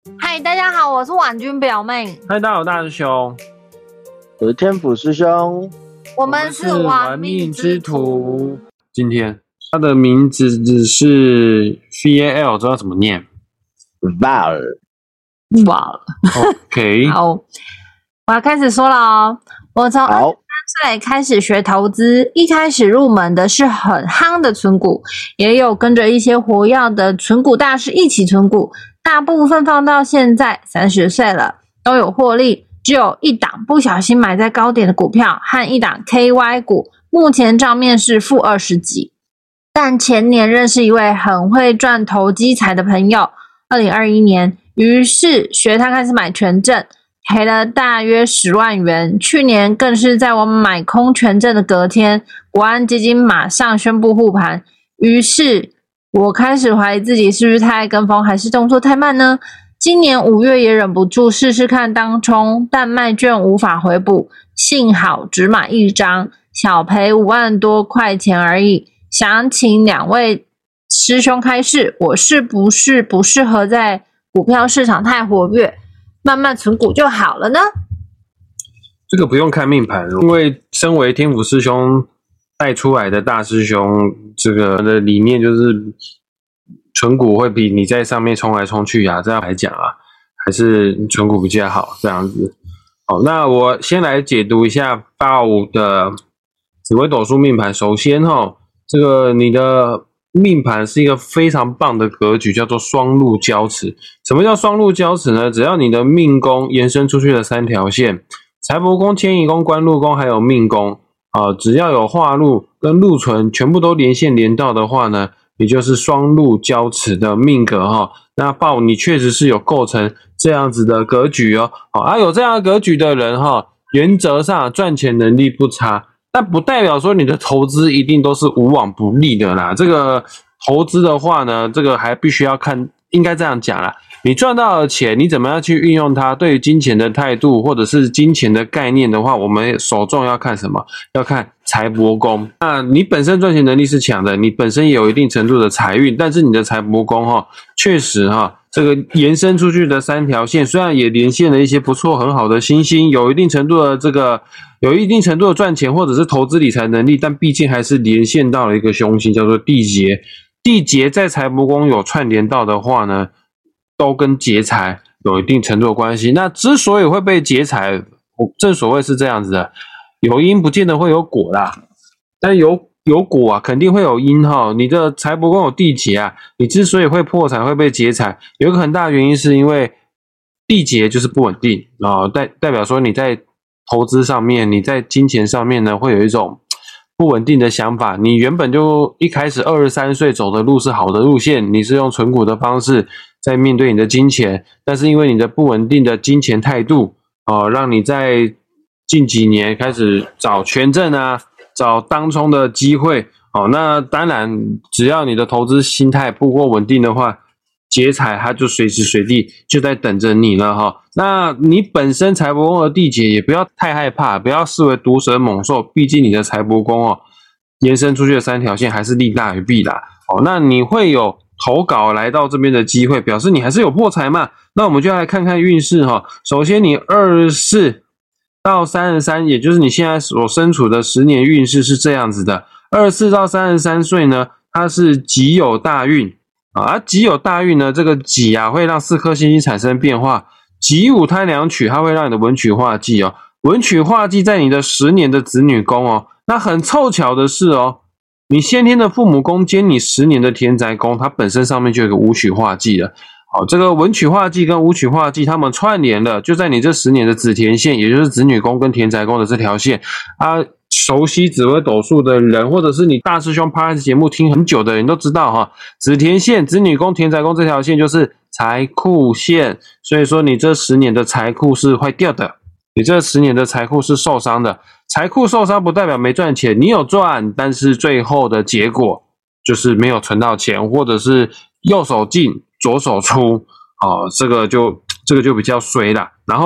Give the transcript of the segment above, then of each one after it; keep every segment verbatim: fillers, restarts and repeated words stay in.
嗨，大家好，我是婉君表妹。 嗨，大家好，大师兄， 我是天府师兄， 我们是玩命之徒。 今天他的名字是 V A L， 知道怎么念 Val， 哇 ，OK， 好，我要开始说了哦。我从二十三岁开始学投资，一开始入门的是很夯的存股，也有跟着一些活跃的存股大师一起存股。大部分放到现在三十岁了都有获利，只有一档不小心买在高点的股票和一档 K Y 股，目前账面是负二十几。但前年认识一位很会赚投机财的朋友，二零二一年于是学他开始买权证，赔了大约十万元。去年更是在我买空权证的隔天，国安基金马上宣布护盘，于是我开始怀疑自己是不是太爱跟风，还是动作太慢呢？今年五月也忍不住试试看当冲，但卖券无法回补，幸好只买一张，小赔五万多块钱而已。想请两位师兄开示，我是不是不适合在股票市场太活跃，慢慢存股就好了呢？ 这个不用看命盘，因为身为天府师兄带出来的大师兄，这个的理念就是存股会比你在上面冲来冲去啊，这样来讲啊，还是存股比较好，这样子。好，那我先来解读一下八五的紫微斗数命盘。首先哈，这个你的命盘是一个非常棒的格局，叫做双路交持。什么叫双路交持呢？只要你的命宫延伸出去的三条线，财帛宫、迁移宫、官禄宫还有命宫啊，只要有化禄跟禄存全部都连线连到的话呢，也就是双路交持的命格哈。那报你确实是有构成这样子的格局哦。好，啊，有这样的格局的人哈，原则上赚钱能力不差。但不代表说你的投资一定都是无往不利的啦。这个投资的话呢，这个还必须要看，应该这样讲啦。你赚到的钱，你怎么样去运用它？对于金钱的态度，或者是金钱的概念的话，我们首重要看什么？要看财帛宫。那你本身赚钱能力是强的，你本身也有一定程度的财运，但是你的财帛宫哈，确实哈，这个延伸出去的三条线，虽然也连线了一些不错很好的星星，有一定程度的这个。有一定程度的赚钱或者是投资理财能力，但毕竟还是连线到了一个凶星，叫做地劫。地劫在财帛宫有串联到的话呢，都跟劫财有一定程度的关系。那之所以会被劫财，正所谓是这样子的，有因不见得会有果啦，但有有果啊，肯定会有因哈。你的财帛宫有地劫啊，你之所以会破财会被劫财，有一个很大的原因是因为地劫就是不稳定啊，代代表说你在投资上面，你在金钱上面呢，会有一种不稳定的想法。你原本就一开始二十三岁走的路是好的路线，你是用存股的方式在面对你的金钱，但是因为你的不稳定的金钱态度，哦，让你在近几年开始找权证啊，找当冲的机会。哦，那当然，只要你的投资心态不够稳定的话，劫财它就随时随地就在等着你了哈。那你本身财帛宫的地劫也不要太害怕，不要视为毒蛇猛兽，毕竟你的财帛宫哦延伸出去的三条线还是利大于弊啦。哦，那你会有投稿来到这边的机会，表示你还是有破财嘛。那我们就来看看运势哈。首先你二十四到三十三，也就是你现在所身处的十年运势是这样子的。二十四到三十三岁呢，它是己酉大运。啊，己酉大运呢，这个己啊会让四颗星星产生变化，己午贪狼曲，它会让你的文曲化忌哦，文曲化忌在你的十年的子女宫哦。那很凑巧的是哦，你先天的父母宫兼你十年的田宅宫，它本身上面就有一个武曲化忌了。好，这个文曲化忌跟武曲化忌它们串联了，就在你这十年的子田线，也就是子女宫跟田宅宫的这条线啊。熟悉紫微斗数的人，或者是你大师兄 Podcast 节目听很久的人都知道哈，子田线、子女宫、田宅宫这条线就是财库线，所以说你这十年的财库是坏掉的，你这十年的财库是受伤的。财库受伤不代表没赚钱，你有赚，但是最后的结果就是没有存到钱，或者是右手进左手出，哦，这个就这个就比较衰啦。然后来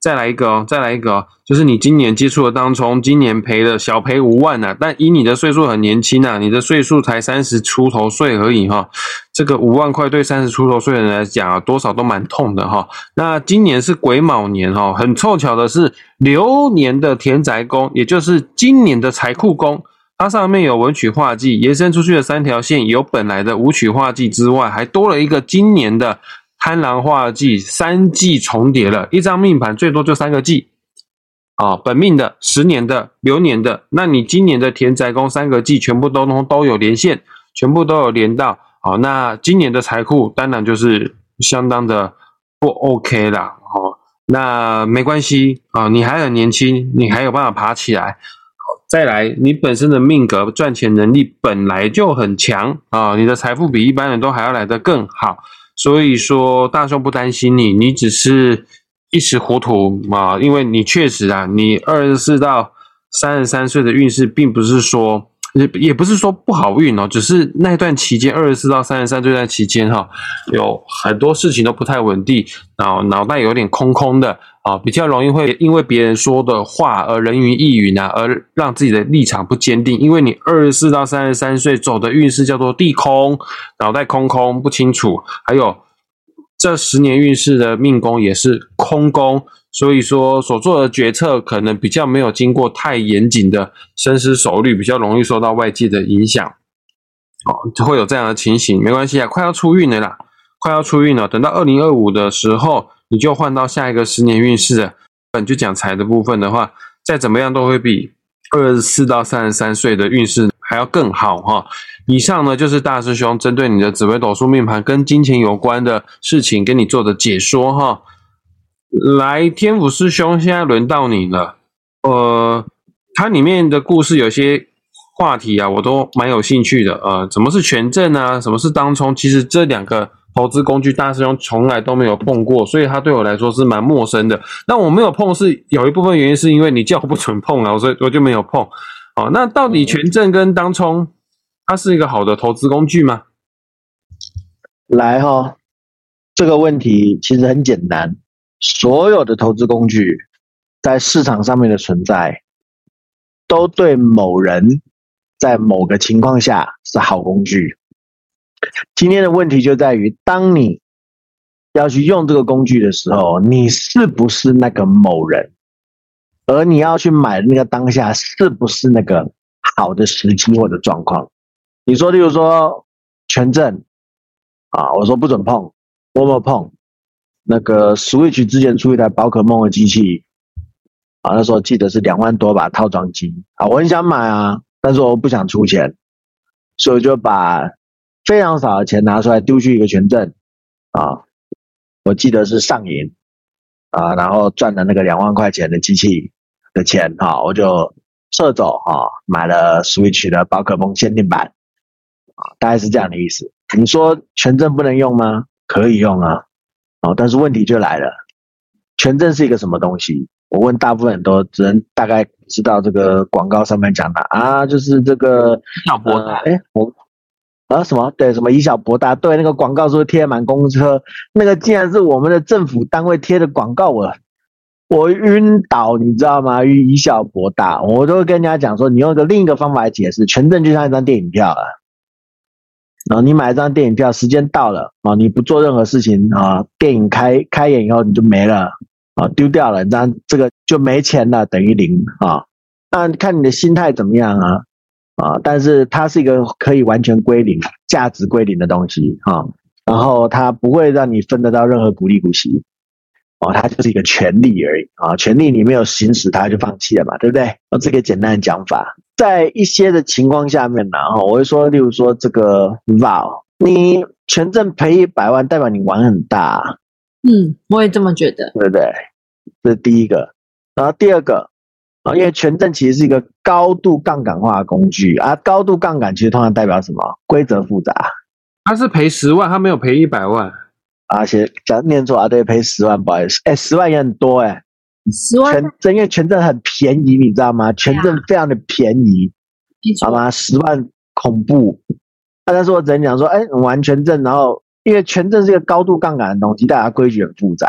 再来一个哦，再来一个哦，就是你今年接触的当冲，今年赔了小赔五万啊，但以你的岁数很年轻啊，你的岁数才三十出头岁而已哈、哦，这个五万块对三十出头岁的人来讲啊，多少都蛮痛的哈、哦。那今年是癸卯年哈、哦，很凑巧的是流年的田宅宫，也就是今年的财库宫。它上面有文曲化忌，延伸出去的三条线有本来的武曲化忌之外，还多了一个今年的贪狼化忌，三忌重叠了。一张命盘最多就三个忌啊、哦，本命的、十年的、流年的。那你今年的田宅宫三个忌全部都都有连线，全部都有连到。好、哦，那今年的财库当然就是相当的不 OK 啦。哦，那没关系啊、哦，你还很年轻，你还有办法爬起来。再来，你本身的命格赚钱能力本来就很强啊，你的财富比一般人都还要来得更好，所以说大兄不担心你，你只是一时糊涂啊，因为你确实啊，你二十四到三十三岁的运势并不是说也也不是说不好运哦，只是那段期间二十四到三十三这段期间哈、哦，有很多事情都不太稳定，然后脑袋有点空空的。啊，比较容易会因为别人说的话而人云亦云啊，而让自己的立场不坚定。因为你二十四到三十三岁走的运势叫做地空，脑袋空空不清楚，还有这十年运势的命宫也是空宫，所以说所做的决策可能比较没有经过太严谨的深思熟虑，比较容易受到外界的影响。哦，就会有这样的情形，没关系啊，快要出运了啦，快要出运了，等到二零二五的时候。你就换到下一个十年运势的，本就讲财的部分的话，再怎么样都会比二十四到三十三岁的运势还要更好哈。以上呢就是大师兄针对你的紫微斗数命盘跟金钱有关的事情跟你做的解说哈。来，天府师兄，现在轮到你了。呃，它里面的故事有些话题啊，我都蛮有兴趣的。呃，什么是权证啊？什么是当冲？其实这两个投资工具大师兄从来都没有碰过，所以他对我来说是蛮陌生的。那我没有碰是有一部分原因是因为你叫我不准碰啊，所以我就没有碰。好、哦，那到底权证跟当冲，它是一个好的投资工具吗？ 来哈、哦，这个问题其实很简单，所有的投资工具在市场上面的存在，都对某人在某个情况下是好工具。今天的问题就在于，当你要去用这个工具的时候，你是不是那个某人？而你要去买的那个当下，是不是那个好的时机或者状况？你说，例如说权证啊，我说不准碰，我没有碰。那个 Switch 之前出一台宝可梦的机器啊，那时候记得是两万多吧套装机啊，我很想买啊，但是我不想出钱，所以我就把非常少的钱拿出来丢去一个权证啊，我记得是上银啊，然后赚了那个两万块钱的机器的钱啊，我就撤走啊，买了 Switch 的宝可梦限定版啊，大概是这样的意思。你说权证不能用吗？可以用啊，哦，但是问题就来了，权证是一个什么东西？我问大部分人都只能大概知道这个广告上面讲的啊，就是这个小博大， 哎、呃，我。啊什么？对，什么以小博大？对，那个广告是不是贴满公车？那个竟然是我们的政府单位贴的广告，我我晕倒，你知道吗？以小博大，我都会跟人家讲说，你用一个另一个方法来解释，权证就像一张电影票了。然后你买一张电影票，时间到了啊，你不做任何事情啊，电影开开演以后你就没了啊，丢掉了，这样这个就没钱了，等于零啊。那看你的心态怎么样啊？啊，但是它是一个可以完全归零、价值归零的东西啊，然后它不会让你分得到任何股利股息，哦，它就是一个权利而已啊，权利你没有行使它就放弃了嘛，对不对？哦，这个简单的讲法，在一些的情况下面呢，哈，我会说，例如说这个 V A L， 你权证赔一百万，代表你玩很大， 嗯，我也这么觉得， 对不对？这是第一个，然后第二个。啊，因为权证其实是一个高度杠杆化的工具啊，高度杠杆其实通常代表什么？规则复杂。 他是赔十万，他没有赔一百万。 而且讲念错啊，对，赔十万，不好意思，哎，十万也很多哎、欸， 十万权证因为权证很便宜，你知道吗？权证非常的便宜，好吗？十万恐怖。啊、但是我只能讲说，哎，玩权证，然后因为权证是一个高度杠杆的东西，大家规矩很复杂。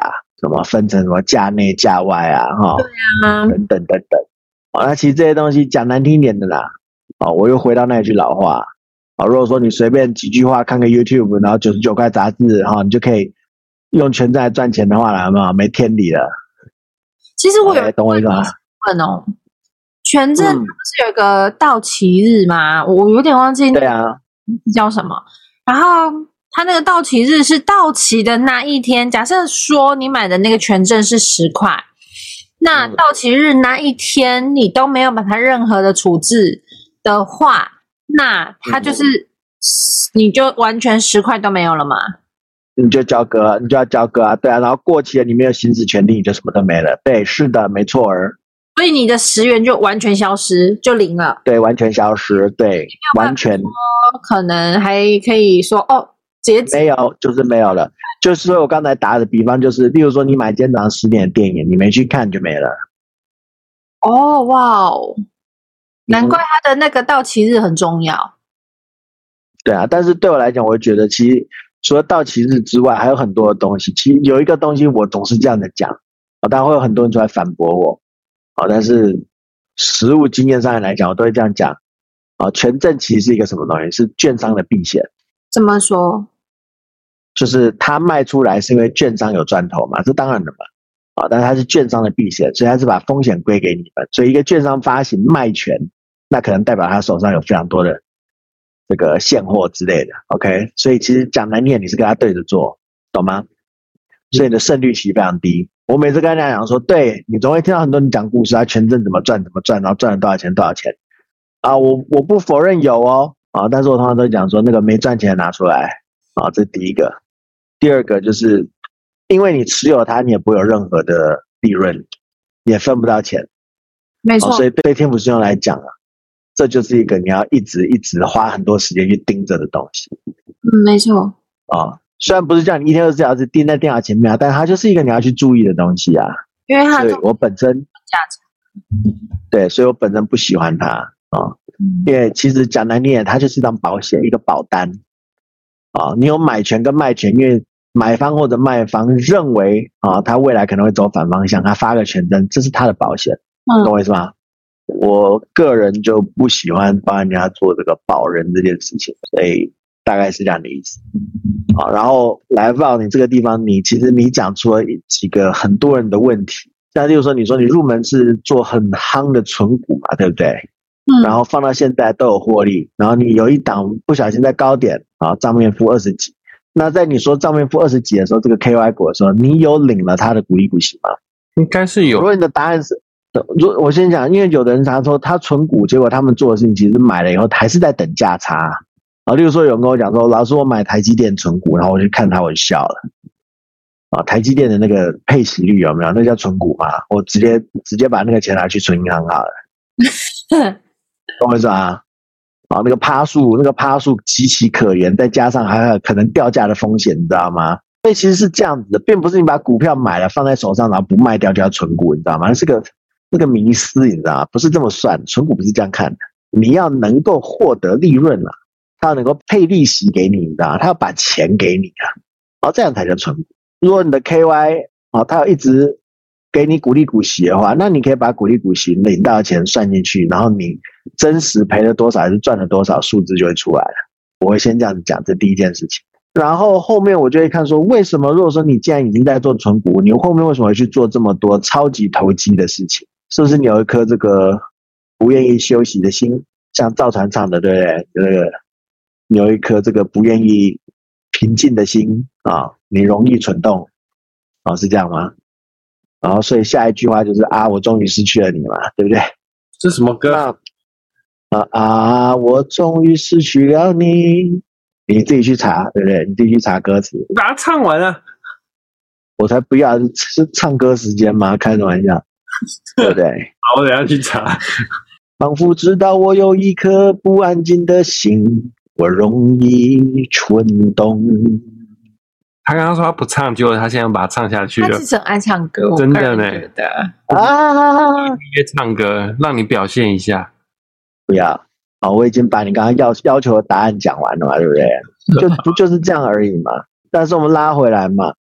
什么分成什么价内价外啊，哈、 对啊， 等等等等。哦，那其实这些东西讲难听点的啦，哦，我又回到那一句老话，哦，如果说你随便几句话看个 YouTube， 然后九十九块杂志，哈、哦，你就可以用权证来赚钱的话啦，有没有？没天理了。 其实我有、 欸、懂我意思吗？ 问哦，权证不是有一个到期日吗？嗯、我有点忘记那对啊， 叫什么。然后它那个到期日是到期的那一天。假设说你买的那个权证是十块，那到期日那一天你都没有把它任何的处置的话，那它就是、嗯、你就完全十块都没有了吗？ 你就交割，你就要交割啊，对啊，然后过期了，你没有行使权利，你就什么都没了。对，是的，没错儿。 所以你的十元就完全消失，就零了。 对，完全消失，对，完全。 可能还可以说哦，截止没有，就是没有了。就是说我刚才打的比方，就是例如说你买今天早上十点的电影，你没去看就没了。 哦，哇哦，难怪它的那个到期日很重要。嗯、 对啊，但是对我来讲，我会觉得其实。除了到期日之外，还有很多的东西。其实有一个东西，我总是这样的讲，啊，当然会有很多人出来反驳我，啊，但是实务经验上来讲，我都会这样讲，啊，权证其实是一个什么东西？是券商的避险。 怎么说？ 就是它卖出来是因为券商有赚头嘛，这当然的嘛，啊，但是它是券商的避险，所以它是把风险归给你们。所以一个券商发行卖权，那可能代表他手上有非常多的。这个现货之类的 ，OK， 所以其实讲难听点，你是跟他对着做，懂吗？所以你的胜率其实非常低。我每次跟大家讲说，对你总会听到很多人讲故事啊，权证怎么赚怎么赚，然后赚了多少钱多少钱啊，我我不否认有哦啊，但是我通常都讲说那个没赚钱的拿出来啊，这是第一个。第二个就是因为你持有它，你也不会有任何的利润，也分不到钱， 没错。 啊、所以对天府信用来讲啊。这就是一个你要一直一直花很多时间去盯着的东西。 嗯，没错。 啊，虽然不是叫你一天二十四小时盯在电脑前面啊，但它就是一个你要去注意的东西啊。 因为它所以我本身价值。 对，所以我本身不喜欢它啊，嗯、因为其实讲难听点，它就是一张保险，一个保单啊。你有买权跟卖权，因为买方或者卖方认为啊，他未来可能会走反方向，他发个权证，这是他的保险，嗯、懂我意思吗？我个人就不喜欢帮人家做这个保人这件事情，所以大概是这样的意思。好，然后来到你这个地方，你其实你讲出了几个很多人的问题，像例如说，你说你入门是做很夯的存股嘛，对不对？嗯。然后放到现在都有获利，然后你有一档不小心在高点啊，账面负二十几，那在你说账面负二十几的时候，这个 K Y 股的时候，你有领了他的股利股息吗？ 应该是有。 如果你的答案是。我先讲，因为有的人常说他存股，结果他们做的事情其实买了以后还是在等价差啊。例如说有人跟我讲说，老师我买台积电存股，然后我去看他，我就笑了啊。台积电的那个配息率有没有？那叫存股吗？我直接直接把那个钱拿去存银行好了，懂我意思啊？啊，那个趴数，那个趴数极其可怜，再加上还有可能掉价的风险，你知道吗？所以其实是这样子的，并不是你把股票买了放在手上，然后不卖掉就要存股，你知道吗？那是个。那个迷思你知道吗？不是这么算，存股不是这样看的。你要能够获得利润啊，他要能够配利息给你，你知道吗？他要把钱给你啊，然后这样才叫存股。如果你的 K Y 啊，他要一直给你股利股息的话，那你可以把股利股息领到的钱算进去，然后你真实赔了多少还是赚了多少，数字就会出来了。我会先这样子讲，这第一件事情。然后后面我就会看说，为什么如果说你既然已经在做存股，你后面为什么会去做这么多超级投机的事情？是不是你有一颗这个不愿意休息的心，像赵传唱的，对不对？那个你有一颗这个不愿意平静的心啊，你容易蠢动啊，是这样吗？然后所以下一句话就是啊，我终于失去了你嘛，对不对？ 这什么歌啊？ 啊啊，我终于失去了你，你自己去查，对不对？你自己去查歌词， 把它唱完了。 我才不要，是唱歌时间吗？开什么玩笑？对不对？ 好，我等一下去查。 仿佛知道我有一颗不安静的心，我容易蠢动。 他刚刚说他不唱，结果他现在把它唱下去了。 他其实很爱唱歌， 真的呢。 觉得啊， 约唱歌，让你表现一下。 不要啊！我已经把你刚刚要要求的答案讲完了嘛，对不对？就不就是这样而已嘛。但是我们拉回来嘛，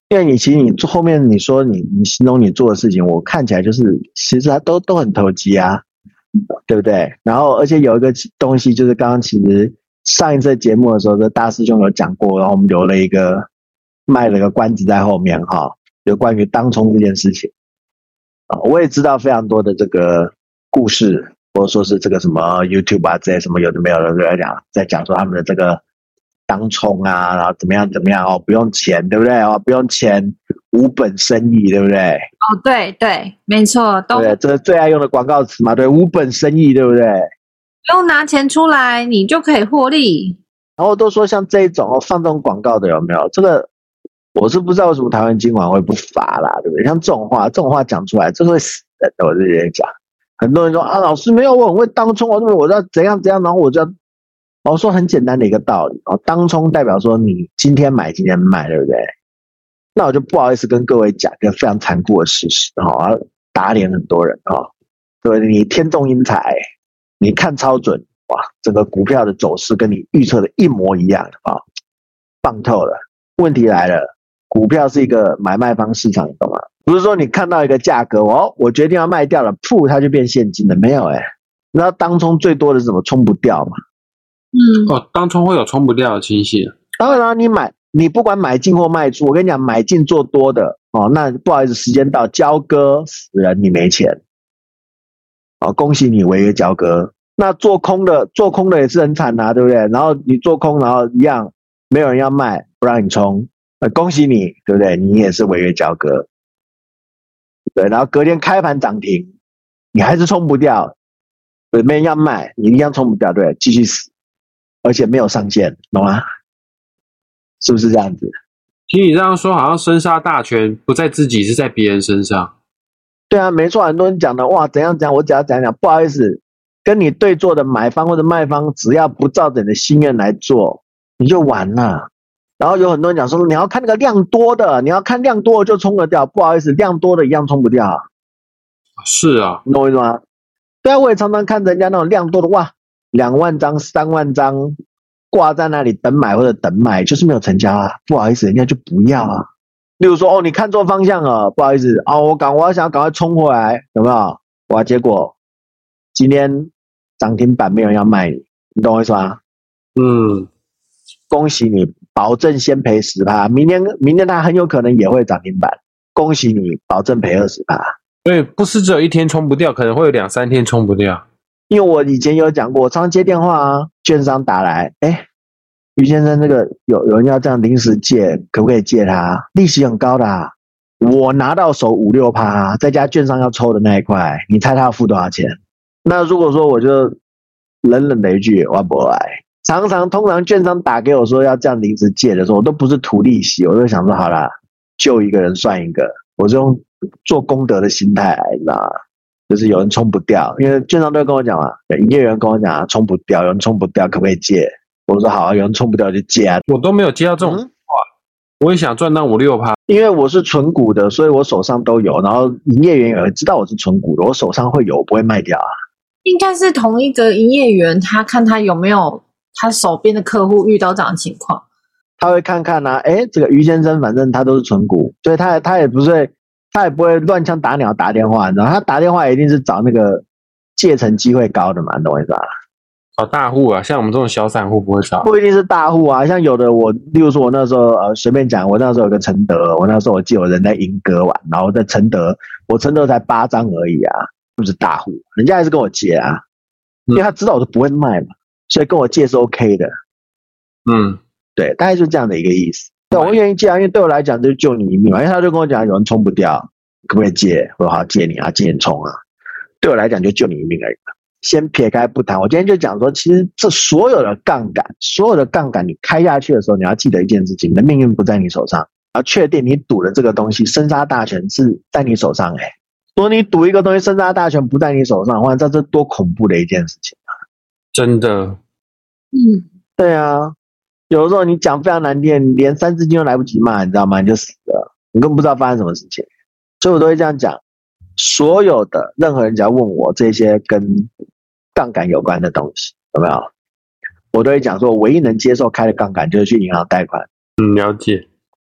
因为你其实你后面你说你你形容你做的事情，我看起来就是其实它都都很投机啊，对不对？然后而且有一个东西就是刚刚其实上一次节目的时候，这大师兄有讲过，然后我们留了一个卖了个关子在后面哈，有关于当冲这件事情啊，我也知道非常多的这个故事，或者说是这个什么 YouTube 啊这些什么有的没有的在讲，在讲说他们的这个当冲啊，然后怎么样怎么样哦，不用钱，对不对哦？不用钱，无本生意，对不对？ 哦，对对，没错，都对，这是最爱用的广告词嘛，对，无本生意，对不对？ 不用拿钱出来，你就可以获利。 然后都说像这一种哦，放这种广告的有没有？这个我是不知道为什么台湾金管会不罚啦，对不对？像这种话，这种话讲出来，这会死人的。我这边讲，很多人说啊，老师没有，我很会当冲，我我要怎样怎样，然后我就要。我说很简单的一个道理哦，当冲代表说你今天买今天卖，对不对？那我就不好意思跟各位讲一个非常残酷的事实哈，打脸很多人哈。对，你天纵英才，你看超准哇，整个股票的走势跟你预测的一模一样啊，棒透了。问题来了，股票是一个买卖方市场，你懂吗？不是说你看到一个价格哦，我决定要卖掉了，噗，它就变现金了，没有哎。你知道当冲最多的是什么？冲不掉嘛。 嗯， 哦，当冲会有冲不掉的情形。 当然了，你买，你不管买进或卖出，我跟你讲，买进做多的哦，那不好意思，时间到，交割死人，你没钱，哦，恭喜你违约交割。那做空的，做空的也是很惨呐、啊，对不对？然后你做空，然后一样没有人要卖，不让你冲，呃，恭喜你，对不对？你也是违约交割，对，然后隔天开盘涨停，你还是冲不掉，对，没人要卖，你一样冲不掉，对，继续死。而且没有上限，懂吗？是不是这样子？ 听你这样说，好像生杀大权不在自己，是在别人身上。 对啊，没错，很多人讲的哇，怎样怎样，我只要讲讲，不好意思，跟你对做的买方或者卖方，只要不照着你的心愿来做，你就完了。然后有很多人讲说，你要看那个量多的，你要看量多的就冲得掉，不好意思，量多的一样冲不掉。 是啊， 你懂我意思吗？对啊，我也常常看人家那种量多的，哇。两万张、三万张挂在那里等买或者等卖，就是没有成交啊！不好意思，人家就不要啊。例如说，哦，你看错方向了，不好意思哦，我赶，我要想要赶快冲回来，有没有？哇，结果今天涨停板没有人要卖你，你懂我意思吗？ 嗯， 恭喜你，保证先赔十趴，明天明天它很有可能也会涨停板，恭喜你，保证赔二十趴。 对，不是只有一天冲不掉，可能会有两三天冲不掉。 因为我以前有讲过，我常常接电话啊，券商打来，哎，于先生，那个有有人要这样临时借，可不可以借他？利息很高的、啊，我拿到手五六趴，再加券商要抽的那一块，你猜他要付多少钱？那如果说我就冷冷的一句，我不爱。常常通常券商打给我说要这样临时借的时候，我都不是图利息，我就想说好啦，救一个人算一个，我是用做功德的心态来，你知道吗？就是有人冲不掉，因为券商都会跟我讲嘛，营业员跟我讲啊，冲不掉，有人冲不掉，可不可以借？我说好啊，有人冲不掉就借啊。 我都没有接到这种话、嗯，我也想赚到五六趴， 因为我是存股的，所以我手上都有，然后营业员也知道我是存股的，我手上会有，我不会卖掉啊。 应该是同一个营业员，他看他有没有他手边的客户遇到这样的情况， 他会看看啊，哎，这个于先生反正他都是存股，所以他他也不是。他也不会乱枪打鸟打电话，你知道，他打电话一定是找那个借成机会高的嘛，你懂我意思吧？ 找大户啊，像我们这种小散户不会找。 不一定是大户啊，像有的我，例如说我那时候呃随便讲，我那时候有个承德，我那时候我记得我人在英歌玩，然后在承德，我承德才八张而已啊，不是大户，人家还是跟我借啊，因为他知道我都不会卖嘛，所以跟我借是 OK 的。 嗯， 对，大概就是这样的一个意思。对，我愿意借啊，因为对我来讲就是救你一命嘛。因为他就跟我讲，有人冲不掉，可不可以借？我说好，借你啊，借你冲啊。对我来讲就救你一命而已。先撇开不谈，我今天就讲说，其实这所有的杠杆，所有的杠杆，你开下去的时候，你要记得一件事情：你的命运不在你手上，要确定你赌的这个东西生杀大权是在你手上。哎，如果你赌一个东西生杀大权不在你手上，哇，这这多恐怖的一件事情啊！ 真的， 嗯， 对啊。有的时候你讲非常难听，连三字经都来不及骂，你知道吗？你就死了，你根本不知道发生什么事情。所以我都会这样讲，所有的任何人只要问我这些跟杠杆有关的东西，有没有？我都会讲说，唯一能接受开的杠杆就是去银行贷款。 嗯，了解。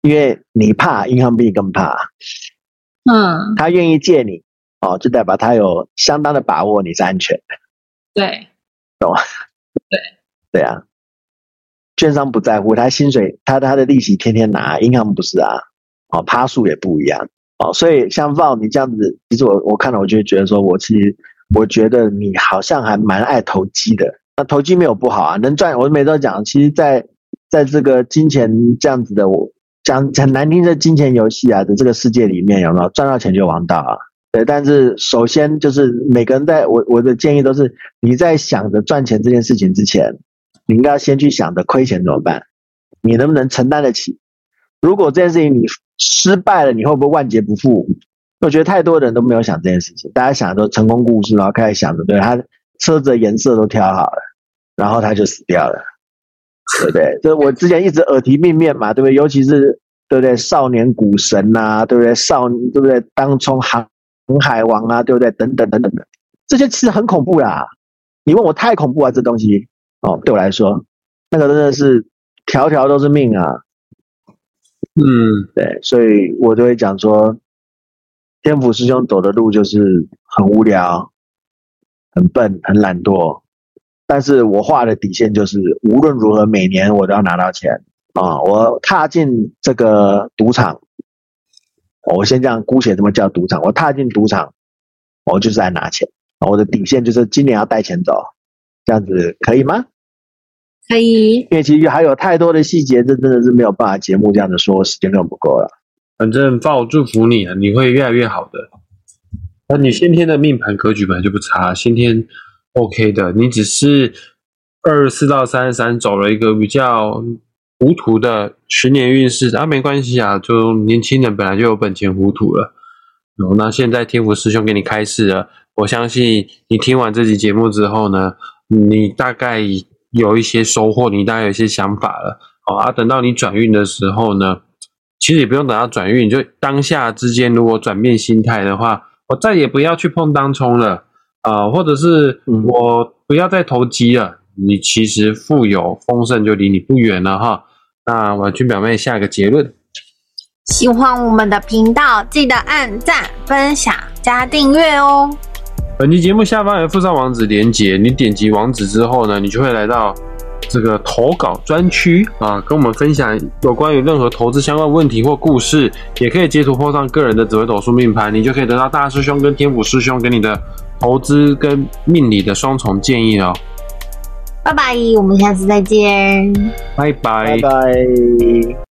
因为你怕，银行比你更怕。 嗯， 他愿意借你哦，就代表他有相当的把握你是安全的。 对， 懂吗？ 对， 对啊。券商不在乎，他薪水他他的利息天天拿，银行不是啊，哦，趴数也不一样哦，所以像 Val 你这样子，其实我我看了我就觉得说，我其实我觉得你好像还蛮爱投机的。那投机没有不好啊，能赚，我每周讲，其实在在这个金钱这样子的，我讲很难听的金钱游戏啊的这个世界里面，有没有赚到钱就王道啊？对，但是首先就是每个人在我我的建议都是，你在想着赚钱这件事情之前，你应该要先去想着亏钱怎么办，你能不能承担得起？如果这件事情你失败了，你会不会万劫不复？我觉得太多人都没有想这件事情，大家想的都成功故事，然后开始想着，对，他车子的颜色都挑好了，然后他就死掉了，对不对？这我之前一直耳提面命嘛，对不对？尤其是对不对？少年股神啊，对不对？少对不对？当冲航海王啊，对不对？等等等等的，这些其实很恐怖啦。你问我太恐怖啊，这东西哦，对我来说，那个真的是条条都是命啊。 嗯， 对，所以我就会讲说，天府师兄走的路就是很无聊、很笨、很懒惰，但是我画的底线就是无论如何每年我都要拿到钱啊！我踏进这个赌场，我先这样姑且这么叫赌场，我踏进赌场，我就是来拿钱，我的底线就是今年要带钱走，这样子可以吗？ 可以， 因为其实还有太多的细节，这真的是没有办法节目这样的说，时间根本不够了。 反正Val祝福你啊，你会越来越好的。那你先天的命盘格局本来就不差，先天 OK 的，你只是二十四到三十三走了一个比较糊涂的十年运势啊，没关系啊，就年轻人本来就有本钱糊涂了。哦，那现在天府师兄给你开示了，我相信你听完这集节目之后呢，你大概有一些收获，你大概有一些想法了。哦啊，等到你转运的时候呢，其实也不用等到转运，就当下之间如果转变心态的话，我再也不要去碰当冲了啊、呃，或者是我不要再投机了，你其实富有丰盛就离你不远了哈。那婉君表妹下一个结论， 喜欢我们的频道，记得按赞、分享、加订阅哦。 本期节目下方有附上网址连结，你点击网址之后呢，你就会来到这个投稿专区啊，跟我们分享有关于任何投资相关问题或故事，也可以截图 po 上个人的紫微斗数命盘，你就可以得到大师兄跟天府师兄给你的投资跟命理的双重建议哦。 拜拜，我们下次再见。 拜拜。 拜拜。